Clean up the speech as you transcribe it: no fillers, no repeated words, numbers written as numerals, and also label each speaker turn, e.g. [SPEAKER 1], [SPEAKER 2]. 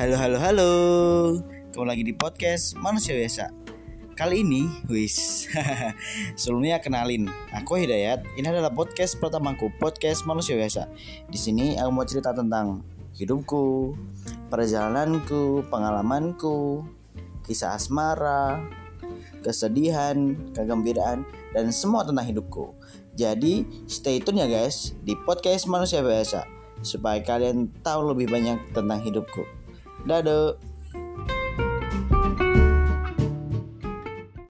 [SPEAKER 1] Halo, kembali lagi di podcast Manusia Biasa. Kali ini, sebelumnya kenalin, aku Hidayat. Ini adalah podcast pertamaku, podcast Manusia Biasa. Di sini aku mau cerita tentang hidupku, perjalananku, pengalamanku, kisah asmara, kesedihan, kegembiraan, dan semua tentang hidupku. Jadi stay tune ya guys di podcast Manusia Biasa supaya kalian tahu lebih banyak tentang hidupku. Dadah.